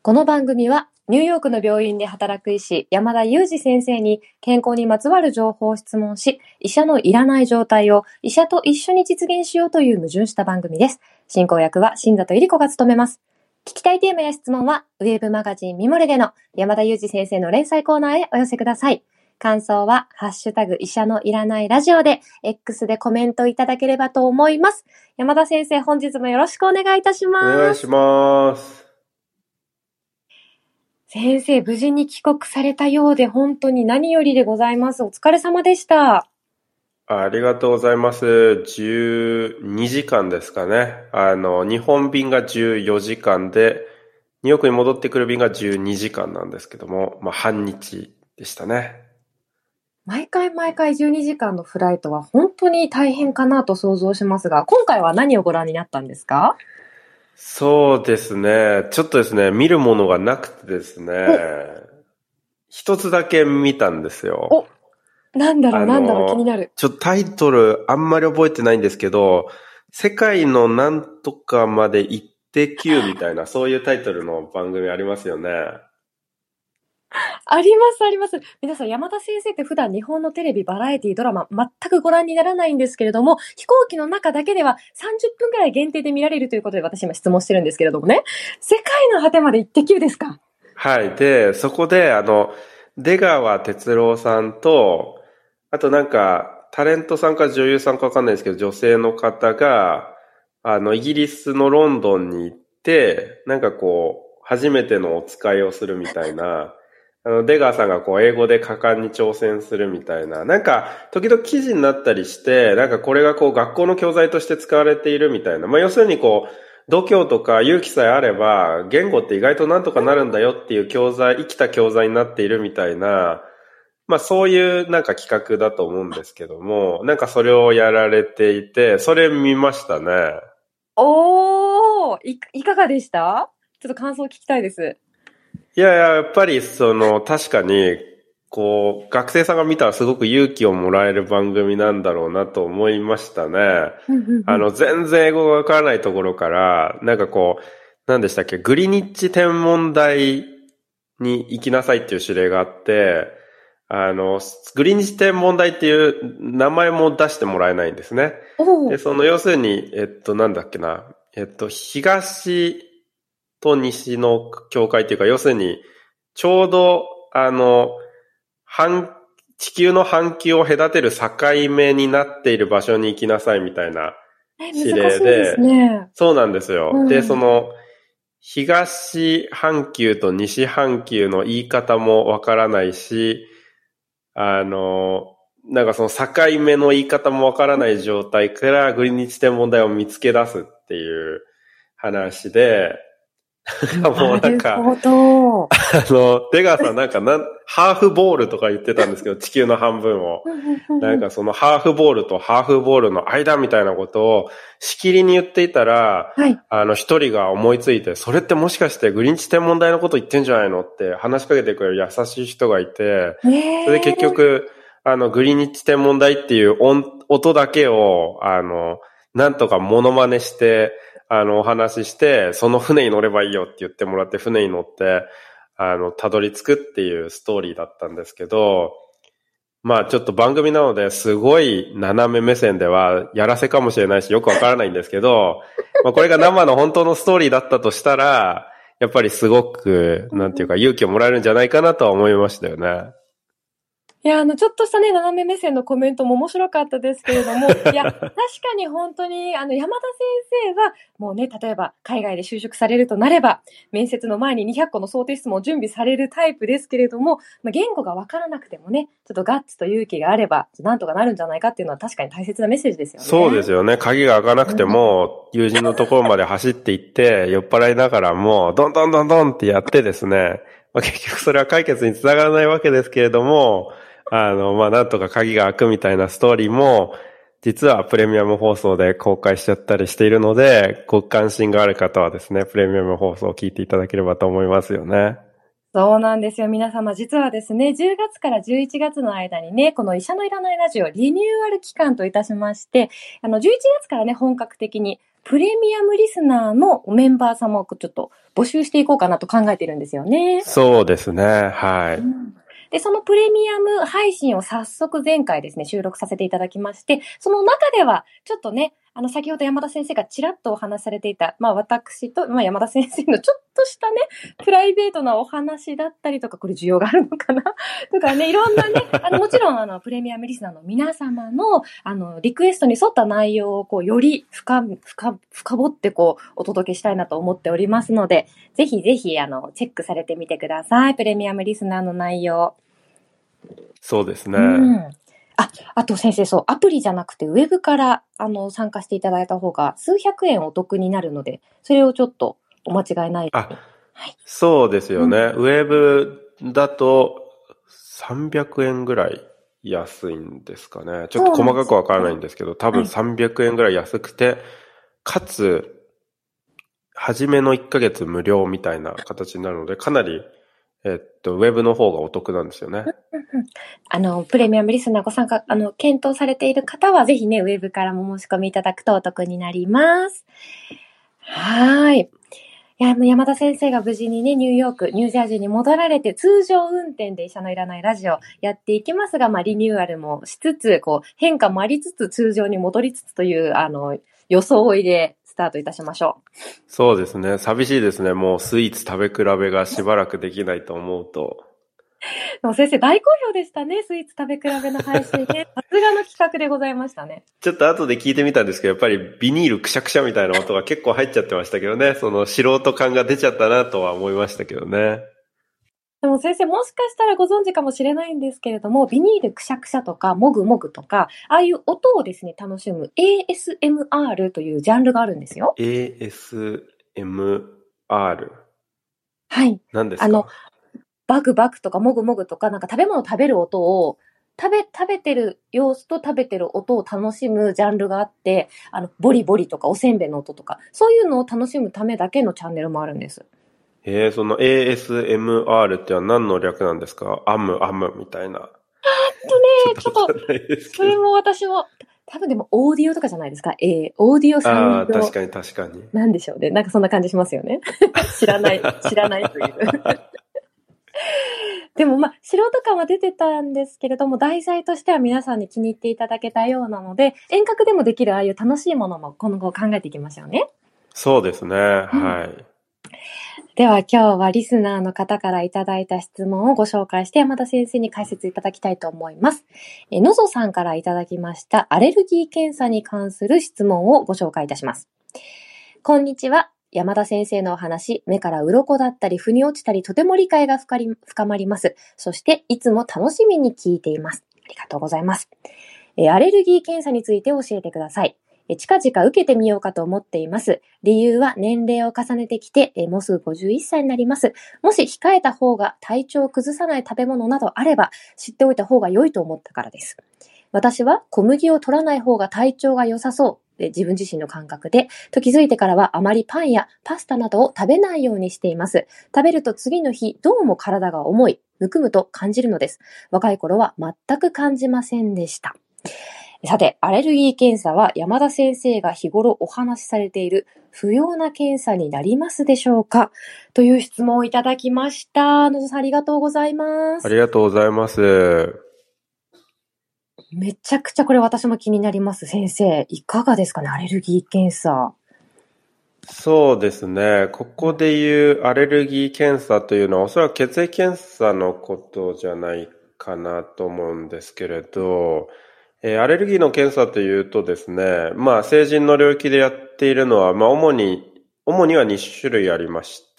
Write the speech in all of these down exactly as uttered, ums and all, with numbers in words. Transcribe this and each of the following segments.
この番組はニューヨークの病院で働く医師山田裕二先生に健康にまつわる情報を質問し、医者のいらない状態を医者と一緒に実現しようという矛盾した番組です。進行役は新里百合子が務めます。聞きたいテーマや質問はウェブマガジンミモレでの山田裕二先生の連載コーナーへお寄せください。感想はハッシュタグ医者のいらないラジオで X でコメントいただければと思います。山田先生、本日もよろしくお願いいたします。 お願いします。 先生、無事に帰国されたようで本当に何よりでございます。お疲れ様でした。 ありがとうございます。じゅうにじかんですかね。あの、日本便がじゅうよじかんで、ニューヨークに戻ってくる便がじゅうにじかんなんですけども、まあ、半日でしたね。 毎回毎回じゅうにじかんのフライトは本当に大変かなと想像しますが、今回は何をご覧になったんですか？ そうですね。ちょっとですね、見るものがなくてですね、一つだけ見たんですよ。 お、なんだろうなんだろう気になる。 ちょっとタイトルあんまり覚えてないんですけど、世界のなんとかまで行ってきゅうみたいな、そういうタイトルの番組ありますよね。 ありますあります。皆さん、山田先生って普段日本のテレビ、バラエティ、ドラマ全くご覧にならないんですけれども、飛行機の中だけではさんじゅっぷんくらい限定で見られるということで私今質問してるんですけれどもね。世界の果てまで行ってきゅうですか？ はい。で、そこで、あの、出川哲朗さんと、あとなんか、タレントさんか女優さんかわかんないですけど、女性の方が、あの、イギリスのロンドンに行って、なんかこう、初めてのお使いをするみたいな、あの、出川さんがこう、英語で果敢に挑戦するみたいな、なんか、時々記事になったりして、なんかこれがこう、学校の教材として使われているみたいな、まあ、要するにこう、度胸とか勇気さえあれば、言語って意外となんとかなるんだよっていう教材、生きた教材になっているみたいな、まあそういうなんか企画だと思うんですけども、なんかそれをやられていて、それ見ましたね。 おー、い、いかがでした？ちょっと感想聞きたいです。 いやいや、やっぱりその、確かに、こう、学生さんが見たらすごく勇気をもらえる番組なんだろうなと思いましたね。あの、全然英語がわからないところから、なんかこう、何でしたっけ、グリニッジ天文台に行きなさいっていう指令があって、あの、グリニッジ天文台っていう名前も出してもらえないんですね。で、その要するに、えっと、なんだっけな、えっと、東と西の境界っていうか、要するに、ちょうど、あの、半、地球の半球を隔てる境目になっている場所に行きなさいみたいな指令で、 ですね、 そうなんですよ。 うん、 で、その、東半球と西半球の言い方もわからないし、あの、なんかその境目の言い方もわからない状態からグリニッジ天文台を見つけ出すっていう話で、もうなんか、あの、出川さんなんかなん、ハーフボールとか言ってたんですけど、地球の半分を。なんかそのハーフボールとハーフボールの間みたいなことをしきりに言っていたら、はい、あの一人が思いついて、それってもしかしてグリンチ天文台のこと言ってんじゃないのって話しかけてくれる優しい人がいて、それで結局、あのグリニッチ天文台っていう音、音だけを、あの、なんとかモノマネして、あの、お話しして、その船に乗ればいいよって言ってもらって、船に乗って、あの、たどり着くっていうストーリーだったんですけど、まあちょっと番組なのですごい斜め目線ではやらせかもしれないし、よくわからないんですけど、まあこれが生の本当のストーリーだったとしたら、やっぱりすごく、なんていうか勇気をもらえるんじゃないかなとは思いましたよね。 いや、あの、ちょっとしたね、斜め目線のコメントも面白かったですけれども、いや、確かに本当に、あの、山田先生は、もうね、例えば、海外で就職されるとなれば、面接の前ににひゃっこの想定質問を準備されるタイプですけれども、まあ、言語がわからなくてもね、ちょっとガッツと勇気があれば、なんとかなるんじゃないかっていうのは確かに大切なメッセージですよね。 そうですよね。鍵が開かなくても、友人のところまで走って行って、酔っ払いながらも、どんどんどんどんってやってですね、まあ、結局それは解決につながらないわけですけれども、あの、まあ、なんとか鍵が開くみたいなストーリーも、実はプレミアム放送で公開しちゃったりしているので、ご関心がある方はですね、プレミアム放送を聞いていただければと思いますよね。 そうなんですよ。皆様、実はですね、じゅうがつからじゅういちがつの間にね、この医者のいらないラジオリニューアル期間といたしまして、あの、じゅういちがつからね、本格的にプレミアムリスナーのメンバー様をちょっと募集していこうかなと考えてるんですよね。 そうですね。はい。 うんで、そのプレミアム配信を早速前回ですね、収録させていただきまして、その中では、ちょっとね、あの、先ほど山田先生がちらっとお話しされていた、まあ私と、まあ山田先生のちょっとしたね、プライベートなお話だったりとか、これ需要があるのかなとかね、いろんなね、あの、もちろんあの、プレミアムリスナーの皆様の、あの、リクエストに沿った内容を、こう、より深、深、深掘ってこう、お届けしたいなと思っておりますので、ぜひぜひ、あの、チェックされてみてください。プレミアムリスナーの内容。 そうですね。 うん。あ、あと先生、そう、アプリじゃなくてウェブから、あの、参加していただいた方が数百円お得になるので、それをちょっとお間違いない。 あ、 はい、 そうですよね。うん、ウェブだとさんびゃくえんぐらい安いんですかね。ちょっと細かくわからないんですけど、多分さんびゃくえんぐらい安くて、かつ、初めのいっかげつ無料みたいな形になるので、かなり、えっと、ウェブの方がお得なんですよね。 あの、プレミアムリスナーご参加、あの、検討されている方は、ぜひね、ウェブからも申し込みいただくとお得になります。はい。いや、山田先生が無事にね、ニューヨーク、ニュージャージーに戻られて、通常運転で医者のいらないラジオやっていきますが、まあ、リニューアルもしつつ、こう、変化もありつつ、通常に戻りつつという、あの、装いでスタートいたしましょう。 そうですね。寂しいですね。もうスイーツ食べ比べがしばらくできないと思うと。 でも先生大好評でしたね。スイーツ食べ比べの配信ね。さすがの企画でございましたね。 ちょっと後で聞いてみたんですけど、やっぱりビニールくしゃくしゃみたいな音が結構入っちゃってましたけどね。その素人感が出ちゃったなとは思いましたけどね。 でも先生、もしかしたらご存知かもしれないんですけれども、ビニールくしゃくしゃとか、もぐもぐとか、ああいう音をですね、楽しむ エーエスエムアール というジャンルがあるんですよ。 エーエスエムアール？ はい。 何ですか？ あの、バクバクとかもぐもぐとか、なんか食べ物食べる音を、食べ、食べてる様子と食べてる音を楽しむジャンルがあって、あの、ボリボリとかおせんべいの音とか、そういうのを楽しむためだけのチャンネルもあるんです。 えー、その エーエスエムアール っては何の略なんですか？アムアムみたいな。 あとね、ちょっと、それも私も、多分でもオーディオとかじゃないですか。えー、オーディオサウンド。 ああ、確かに確かに。 なんでしょうね。なんかそんな感じしますよね。知らない、知らないという。でもまあ、素人感は出てたんですけれども、題材としては皆さんに気に入っていただけたようなので、遠隔でもできるああいう楽しいものも今後考えていきましょうね。 そうですね。はい。 うんでは今日はリスナーの方からいただいた質問をご紹介して山田先生に解説いただきたいと思います。えのぞさんからいただきましたアレルギー検査に関する質問をご紹介いたします。こんにちは。山田先生のお話、目から鱗だったり腑に落ちたりとても理解が深り深まります。そしていつも楽しみに聞いています。ありがとうございます。えアレルギー検査について教えてください。近々受けてみようかと思っています。理由は年齢を重ねてきて、もうすぐごじゅういっさいになります。もし控えた方が体調を崩さない食べ物などあれば知っておいた方が良いと思ったからです。私は小麦を取らない方が体調が良さそう自分自身の感覚で、と気づいてからはあまりパンやパスタなどを食べないようにしています。食べると次の日、どうも体が重い、むくむと感じるのです。若い頃は全く感じませんでした。さて、アレルギー検査は山田先生が日頃お話しされている不要な検査になりますでしょうかという質問をいただきました。のぞさんありがとうございます。 ありがとうございます。 めちゃくちゃこれ私も気になります。先生、いかがですかね、アレルギー検査。 そうですね。ここでいうアレルギー検査というのはおそらく血液検査のことじゃないかなと思うんですけれど、えー、アレルギーの検査というとですね、まあ成人の領域でやっているのは、まあ主に、主にはに種類ありまして、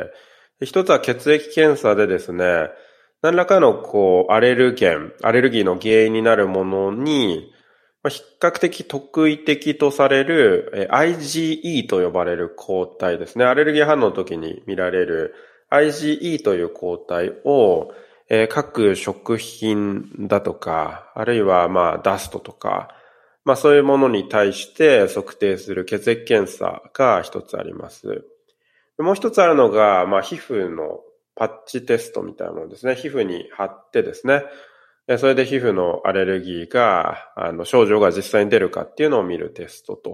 一つは血液検査でですね、何らかのこうアレルゲン、アレルギーの原因になるものに、比較的特異的とされる アイジーイー と呼ばれる抗体ですね。アレルギー反応の時に見られる アイジーイー という抗体を各食品だとか、あるいはまあダストとか、まあそういうものに対して測定する血液検査が一つあります。もう一つあるのが、まあ皮膚のパッチテストみたいなものですね。皮膚に貼ってですね。それで皮膚のアレルギーが、あの、症状が実際に出るかっていうのを見るテストと。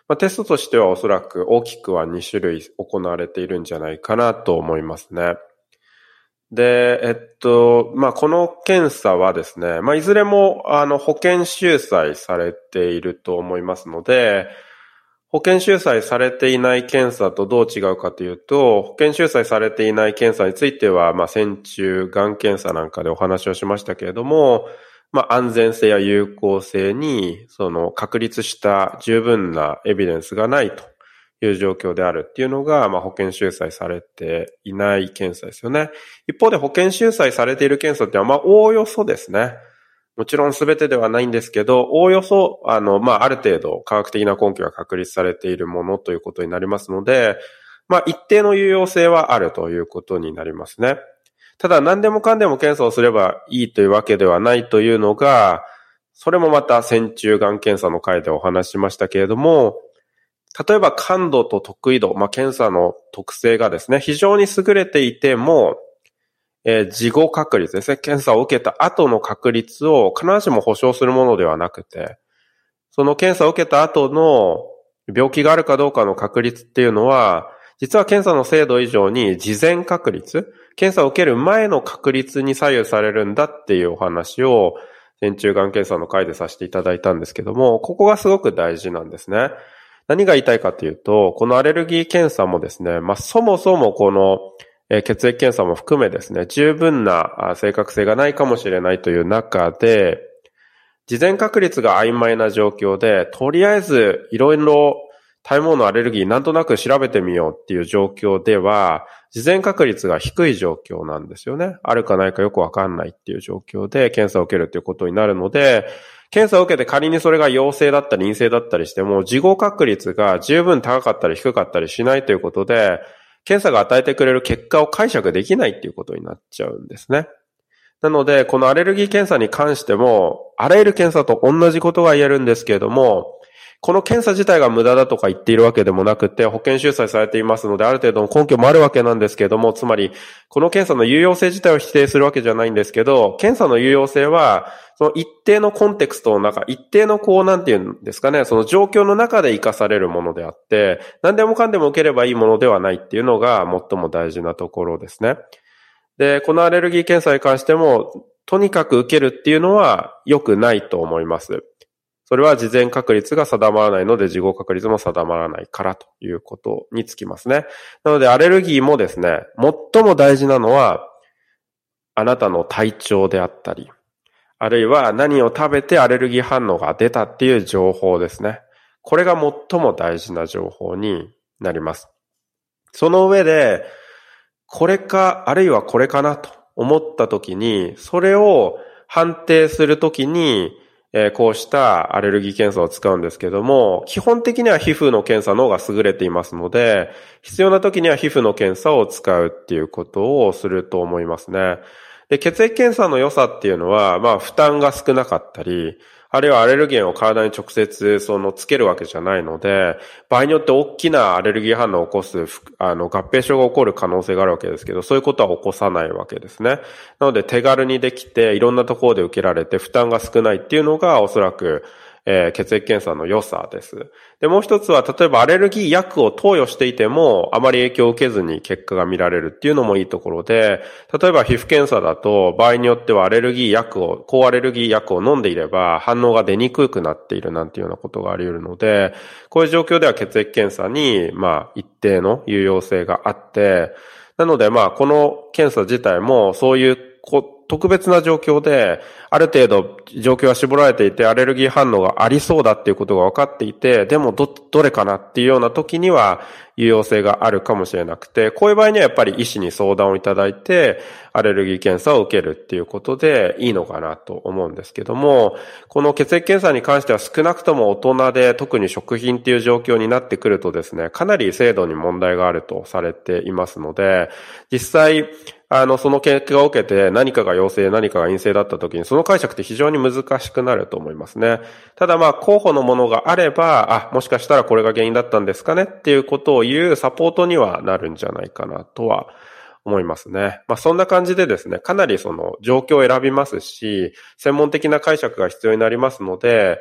まあ、テストとしてはおそらく大きくはに種類行われているんじゃないかなと思いますね。で、えっと、まあ、この検査はですね、まあ、いずれも、あの、保険収載されていると思いますので、保険収載されていない検査とどう違うかというと、保険収載されていない検査については、まあ、線虫がん検査なんかでお話をしましたけれども、まあ、安全性や有効性に、その、確立した十分なエビデンスがないという状況であるっていうのが、まあ、保険収載されていない検査ですよね。一方で保険収載されている検査ってのは、まあ、おおよそですね。もちろん全てではないんですけど、おおよそ、あの、まあ、ある程度科学的な根拠が確立されているものということになりますので、まあ、一定の有用性はあるということになりますね。ただ、何でもかんでも検査をすればいいというわけではないというのが、それもまた線虫がん検査の回でお話ししましたけれども、例えば感度と得意度、まあ、検査の特性がですね、非常に優れていても、えー、事後確率ですね。検査を受けた後の確率を必ずしも保証するものではなくて、その検査を受けた後の病気があるかどうかの確率っていうのは、実は検査の精度以上に事前確率、検査を受ける前の確率に左右されるんだっていうお話を、線虫がん検査の回でさせていただいたんですけども、ここがすごく大事なんですね。何が言いたいかというと、このアレルギー検査もですね、まあ、そもそもこのえー、血液検査も含めですね、十分な正確性がないかもしれないという中で、事前確率が曖昧な状況で、とりあえずいろいろ食べ物のアレルギーなんとなく調べてみようっていう状況では、事前確率が低い状況なんですよね。あるかないかよくわかんないっていう状況で検査を受けるということになるので、検査を受けて仮にそれが陽性だったり陰性だったりしても、事後確率が十分高かったり低かったりしないということで、検査が与えてくれる結果を解釈できないっていうことになっちゃうんですね。なので、このアレルギー検査に関しても、あらゆる検査と同じことが言えるんですけれども、この検査自体が無駄だとか言っているわけでもなくて、保険収載されていますので、ある程度の根拠もあるわけなんですけれども、つまり、この検査の有用性自体を否定するわけじゃないんですけど、検査の有用性は、その一定のコンテクストの中、一定のこう、なんていうんですかね、その状況の中で活かされるものであって、何でもかんでも受ければいいものではないっていうのが最も大事なところですね。で、このアレルギー検査に関しても、とにかく受けるっていうのは良くないと思います。それは事前確率が定まらないので、事後確率も定まらないからということにつきますね。なので、アレルギーもですね、最も大事なのは、あなたの体調であったり、あるいは何を食べてアレルギー反応が出たっていう情報ですね。これが最も大事な情報になります。その上で、これか、あるいはこれかなと思ったときに、それを判定するときに、えー、こうしたアレルギー検査を使うんですけども、基本的には皮膚の検査の方が優れていますので、必要なときには皮膚の検査を使うっていうことをすると思いますね。で、血液検査の良さっていうのは、まあ、負担が少なかったり、あるいはアレルゲンを体に直接そのつけるわけじゃないので、場合によって大きなアレルギー反応を起こす、あの、合併症が起こる可能性があるわけですけど、そういうことは起こさないわけですね。なので手軽にできて、いろんなところで受けられて負担が少ないっていうのがおそらく、えー、血液検査の良さです。で、もう一つは、例えばアレルギー薬を投与していても、あまり影響を受けずに結果が見られるっていうのもいいところで、例えば皮膚検査だと、場合によってはアレルギー薬を、抗アレルギー薬を飲んでいれば、反応が出にくくなっているなんていうようなことがあり得るので、こういう状況では血液検査に、まあ、一定の有用性があって、なので、まあ、この検査自体も、そういうこ特別な状況で、ある程度状況は絞られていて、アレルギー反応がありそうだっていうことが分かっていて、でもど、どれかなっていうような時には有用性があるかもしれなくて、こういう場合にはやっぱり医師に相談をいただいて、アレルギー検査を受けるっていうことでいいのかなと思うんですけども、この血液検査に関しては少なくとも大人で、特に食品っていう状況になってくるとですね、かなり精度に問題があるとされていますので、実際、あの、その結果を受けて何かが陽性、何かが陰性だった時に、その解釈って非常に難しくなると思いますね。ただまあ、候補のものがあれば、あ、もしかしたらこれが原因だったんですかねっていうことを言うサポートにはなるんじゃないかなとは思いますね。まあ、そんな感じでですね、かなりその状況を選びますし、専門的な解釈が必要になりますので、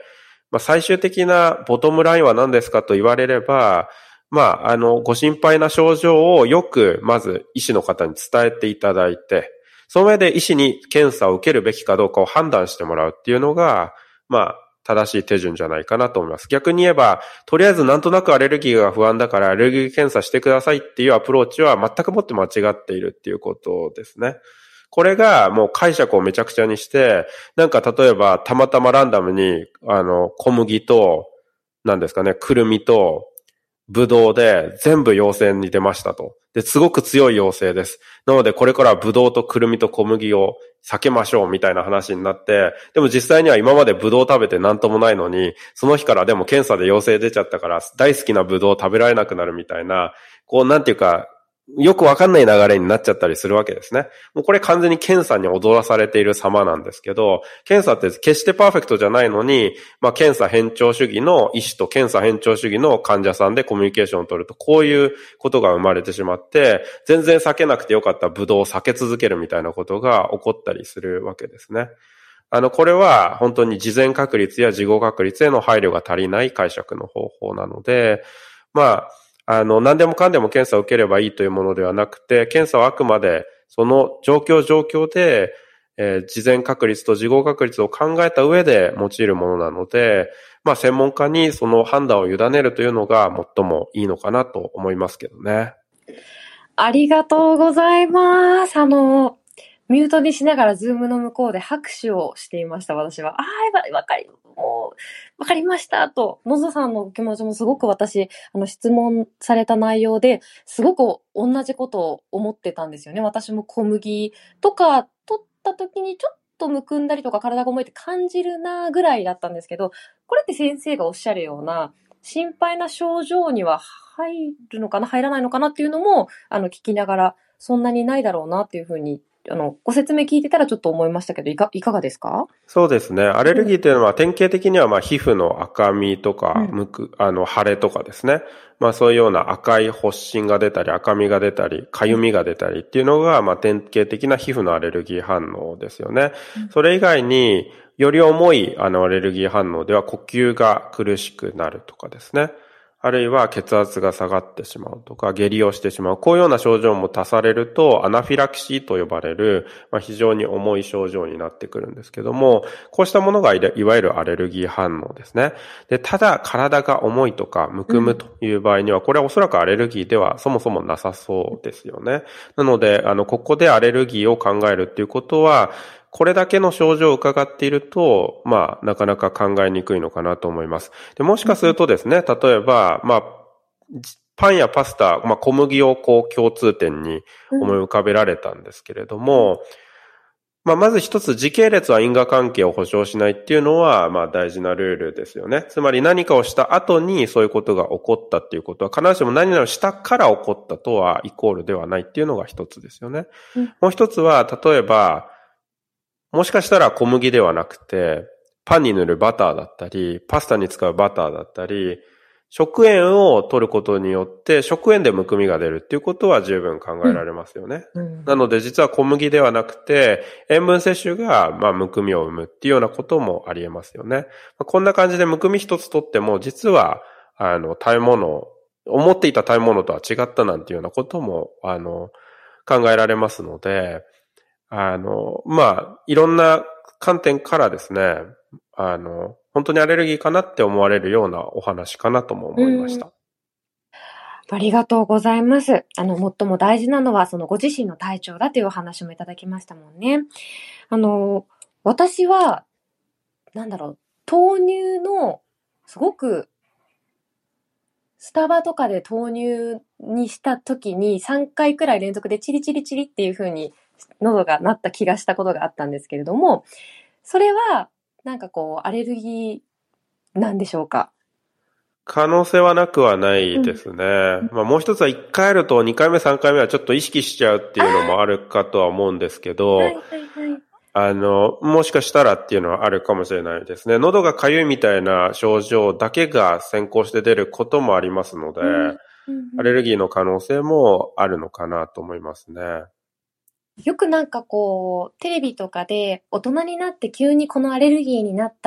まあ、最終的なボトムラインは何ですかと言われれば、まあ、あの、ご心配な症状をよく、まず医師の方に伝えていただいて、その上で医師に検査を受けるべきかどうかを判断してもらうっていうのが、まあ、正しい手順じゃないかなと思います。逆に言えば、とりあえずなんとなくアレルギーが不安だからアレルギー検査してくださいっていうアプローチは全くもって間違っているっていうことですね。これがもう解釈をめちゃくちゃにして、なんか例えばたまたまランダムに、あの、小麦と、なんですかね、くるみと、ブドウで全部陽性に出ましたと。で、すごく強い陽性です。なのでこれからはブドウとくるみと小麦を避けましょうみたいな話になって、でも実際には今までブドウ食べてなんともないのに、その日からでも検査で陽性出ちゃったから大好きなブドウ食べられなくなるみたいな、こうなんていうか、よくわかんない流れになっちゃったりするわけですね。もうこれ完全に検査に踊らされている様なんですけど、検査って決してパーフェクトじゃないのに、まあ検査偏重主義の医師と検査偏重主義の患者さんでコミュニケーションを取ると、こういうことが生まれてしまって、全然避けなくてよかったブドウを避け続けるみたいなことが起こったりするわけですね。あの、これは本当に事前確率や事後確率への配慮が足りない解釈の方法なので、まあ、あの、何でもかんでも検査を受ければいいというものではなくて、検査はあくまでその状況状況で、えー、事前確率と事後確率を考えた上で用いるものなので、まあ専門家にその判断を委ねるというのが最もいいのかなと思いますけどね。 ありがとうございます。あの、ミュートにしながらズームの向こうで拍手をしていました、私は。ああ、わかり、もう、わかりましたと。のぞさんのお気持ちもすごく私、あの、質問された内容で、すごく同じことを思ってたんですよね。私も小麦とか取った時にちょっとむくんだりとか体が重いって感じるなぐらいだったんですけど、これって先生がおっしゃるような、心配な症状には入るのかな入らないのかなっていうのも、あの、聞きながら、そんなにないだろうなっていうふうに、あの、ご説明聞いてたらちょっと思いましたけど、いか、いかがですか？ そうですね。アレルギーというのは典型的にはまあ皮膚の赤みとか、むく、あの、腫れとかですね。まあそういうような赤い発疹が出たり、赤みが出たり、かゆみが出たりっていうのがまあ典型的な皮膚のアレルギー反応ですよね。それ以外により重いあのアレルギー反応では呼吸が苦しくなるとかですね。あるいは血圧が下がってしまうとか、下痢をしてしまう。こういうような症状も足されると、アナフィラキシーと呼ばれる、まあ、非常に重い症状になってくるんですけども、こうしたものがいわゆるアレルギー反応ですね。で、ただ体が重いとか、むくむという場合には、これはおそらくアレルギーではそもそもなさそうですよね。なので、あの、ここでアレルギーを考えるっていうことは、これだけの症状を伺っていると、まあ、なかなか考えにくいのかなと思います。で、もしかするとですね、例えば、まあ、パンやパスタ、まあ、小麦をこう共通点に思い浮かべられたんですけれども、まあ、まず一つ時系列は因果関係を保証しないっていうのは、まあ、大事なルールですよね。つまり何かをした後にそういうことが起こったっていうことは、必ずしも何々をしたから起こったとはイコールではないっていうのが一つですよね。もう一つは、例えば、もしかしたら小麦ではなくて、パンに塗るバターだったり、パスタに使うバターだったり、食塩を取ることによって食塩でむくみが出るっていうことは十分考えられますよね。うんうん、なので実は小麦ではなくて、塩分摂取がまあむくみを生むっていうようなこともあり得ますよね。こんな感じでむくみ一つ取っても、実は、あの、食べ物、思っていた食べ物とは違ったなんていうようなことも、あの、考えられますので、あの、まあ、いろんな観点からですね、あの、本当にアレルギーかなって思われるようなお話かなとも思いました。 ありがとうございます。あの、最も大事なのは、そのご自身の体調だというお話もいただきましたもんね。あの、私は、なんだろう、豆乳の、すごく、スタバとかで豆乳にした時にさんかいくらい連続でチリチリチリっていう風に喉がなった気がしたことがあったんですけれども、それはなんかこうアレルギーなんでしょうか？ 可能性はなくはないですね。うん、まあもう一つはいっかいあるとにかいめさんかいめはちょっと意識しちゃうっていうのもあるかとは思うんですけど、はいはいはい、あの、もしかしたらっていうのはあるかもしれないですね。喉がかゆいみたいな症状だけが先行して出ることもありますので、うんうんうん、アレルギーの可能性もあるのかなと思いますね。 よくなんかこう、テレビとかで大人になって急にこのアレルギーになった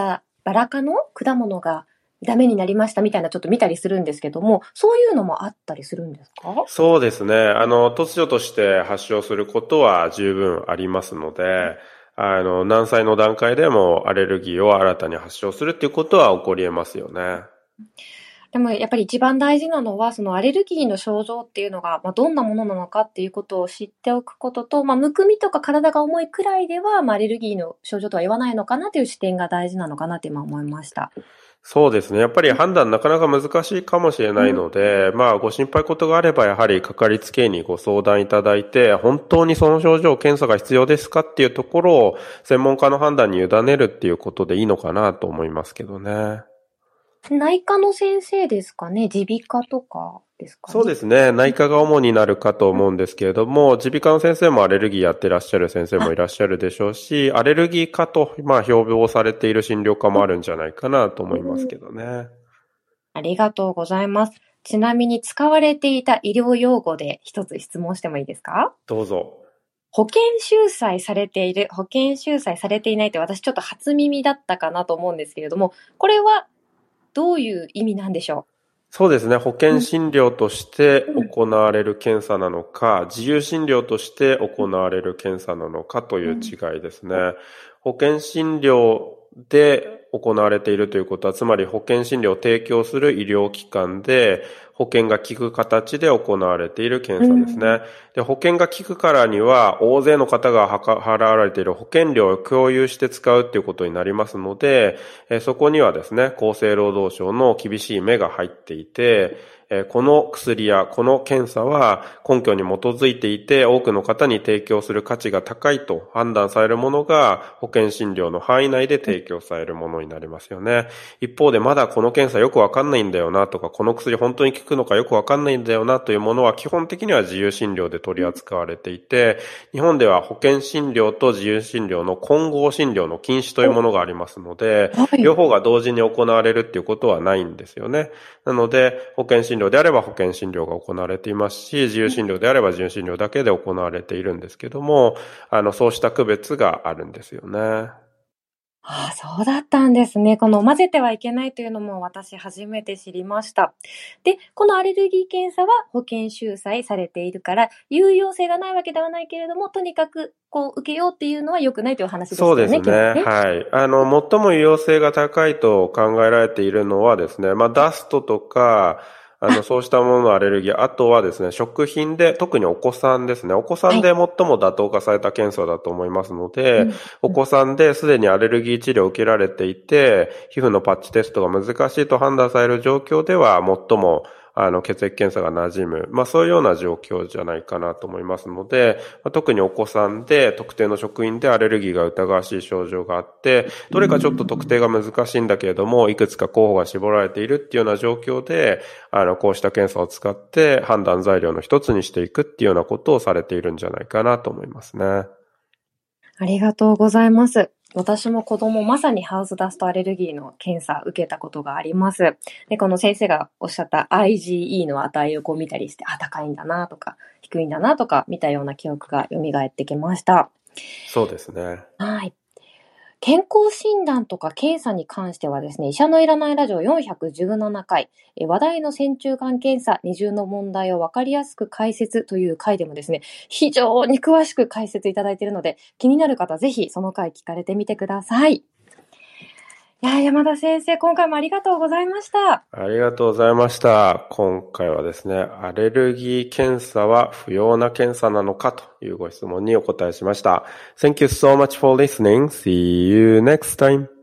バラ科の果物がダメになりましたみたいなちょっと見たりするんですけども、そういうのもあったりするんですか？ そうですね。あの、突如として発症することは十分ありますので、あの、何歳の段階でもアレルギーを新たに発症するっていうことは起こり得ますよね。 でもやっぱり一番大事なのは、そのアレルギーの症状っていうのが、まあ、どんなものなのかっていうことを知っておくことと、まあ、むくみとか体が重いくらいでは、まあ、アレルギーの症状とは言わないのかなという視点が大事なのかなって今思いました。 そうですね。やっぱり判断なかなか難しいかもしれないので、うん、まあご心配事があればやはりかかりつけ医にご相談いただいて、本当にその症状検査が必要ですかっていうところを専門家の判断に委ねるっていうことでいいのかなと思いますけどね。 内科の先生ですかね？耳鼻科とかですかね？ そうですね。内科が主になるかと思うんですけれども、耳鼻科の先生もアレルギーやってらっしゃる先生もいらっしゃるでしょうし、アレルギー科と、まあ、標榜されている診療科もあるんじゃないかなと思いますけどね。 ありがとうございます。ちなみに使われていた医療用語で一つ質問してもいいですか？ どうぞ。 保険収載されている、保険収載されていないって私ちょっと初耳だったかなと思うんですけれども、これはどういう意味なんでしょう？ そうですね。保険診療として行われる検査なのか、うん、自由診療として行われる検査なのかという違いですね。うん、保険診療で行われているということは、つまり保険診療を提供する医療機関で保険が効く形で行われている検査ですね。うん、で、保険が効くからには大勢の方が払われている保険料を共有して使うということになりますので、えそこにはですね、厚生労働省の厳しい目が入っていて、この薬やこの検査は根拠に基づいていて多くの方に提供する価値が高いと判断されるものが保険診療の範囲内で提供されるものになりますよね。一方でまだこの検査よくわかんないんだよなとか、この薬本当に効くのかよくわかんないんだよなというものは基本的には自由診療で取り扱われていて、日本では保険診療と自由診療の混合診療の禁止というものがありますので、両方が同時に行われるっていうことはないんですよね。なので保険診療であれば保険診療が行われていますし、自由診療であれば自由診療だけで行われているんですけども、あの、そうした区別があるんですよね。 ああ、そうだったんですね。この混ぜてはいけないというのも私初めて知りました。で、このアレルギー検査は保険収載されているから、有用性がないわけではないけれども、とにかくこう受けようっていうのは良くないという話ですよね。 そうですね。はい。あの、最も有用性が高いと考えられているのはですね、まあ、ダストとか、あの、そうしたもののアレルギー、あとはですね、食品で、特にお子さんですね。お子さんで最も妥当化された検査だと思いますので、はい、お子さんですでにアレルギー治療を受けられていて、皮膚のパッチテストが難しいと判断される状況では、最もあの、血液検査が馴染む。まあ、そういうような状況じゃないかなと思いますので、まあ、特にお子さんで特定の食品でアレルギーが疑わしい症状があって、どれかちょっと特定が難しいんだけれども、いくつか候補が絞られているっていうような状況で、あの、こうした検査を使って判断材料の一つにしていくっていうようなことをされているんじゃないかなと思いますね。ありがとうございます。私も子供まさにハウスダストアレルギーの検査受けたことがあります。で、この先生がおっしゃった アイジーイー の値をこう見たりして、あ、高いんだなとか、低いんだなとか見たような記憶が蘇ってきました。 そうですね。 はい。健康診断とか検査に関してはですね、医者のいらないラジオよんひゃくじゅうななかい、え話題の線虫管検査、二重の問題を分かりやすく解説という回でもですね、非常に詳しく解説いただいているので、気になる方ぜひその回聞かれてみてください。いや、山田先生、今回もありがとうございました。 ありがとうございました。今回はですね、アレルギー検査は不要な検査なのかというご質問にお答えしました。Thank you so much for listening. See you next time.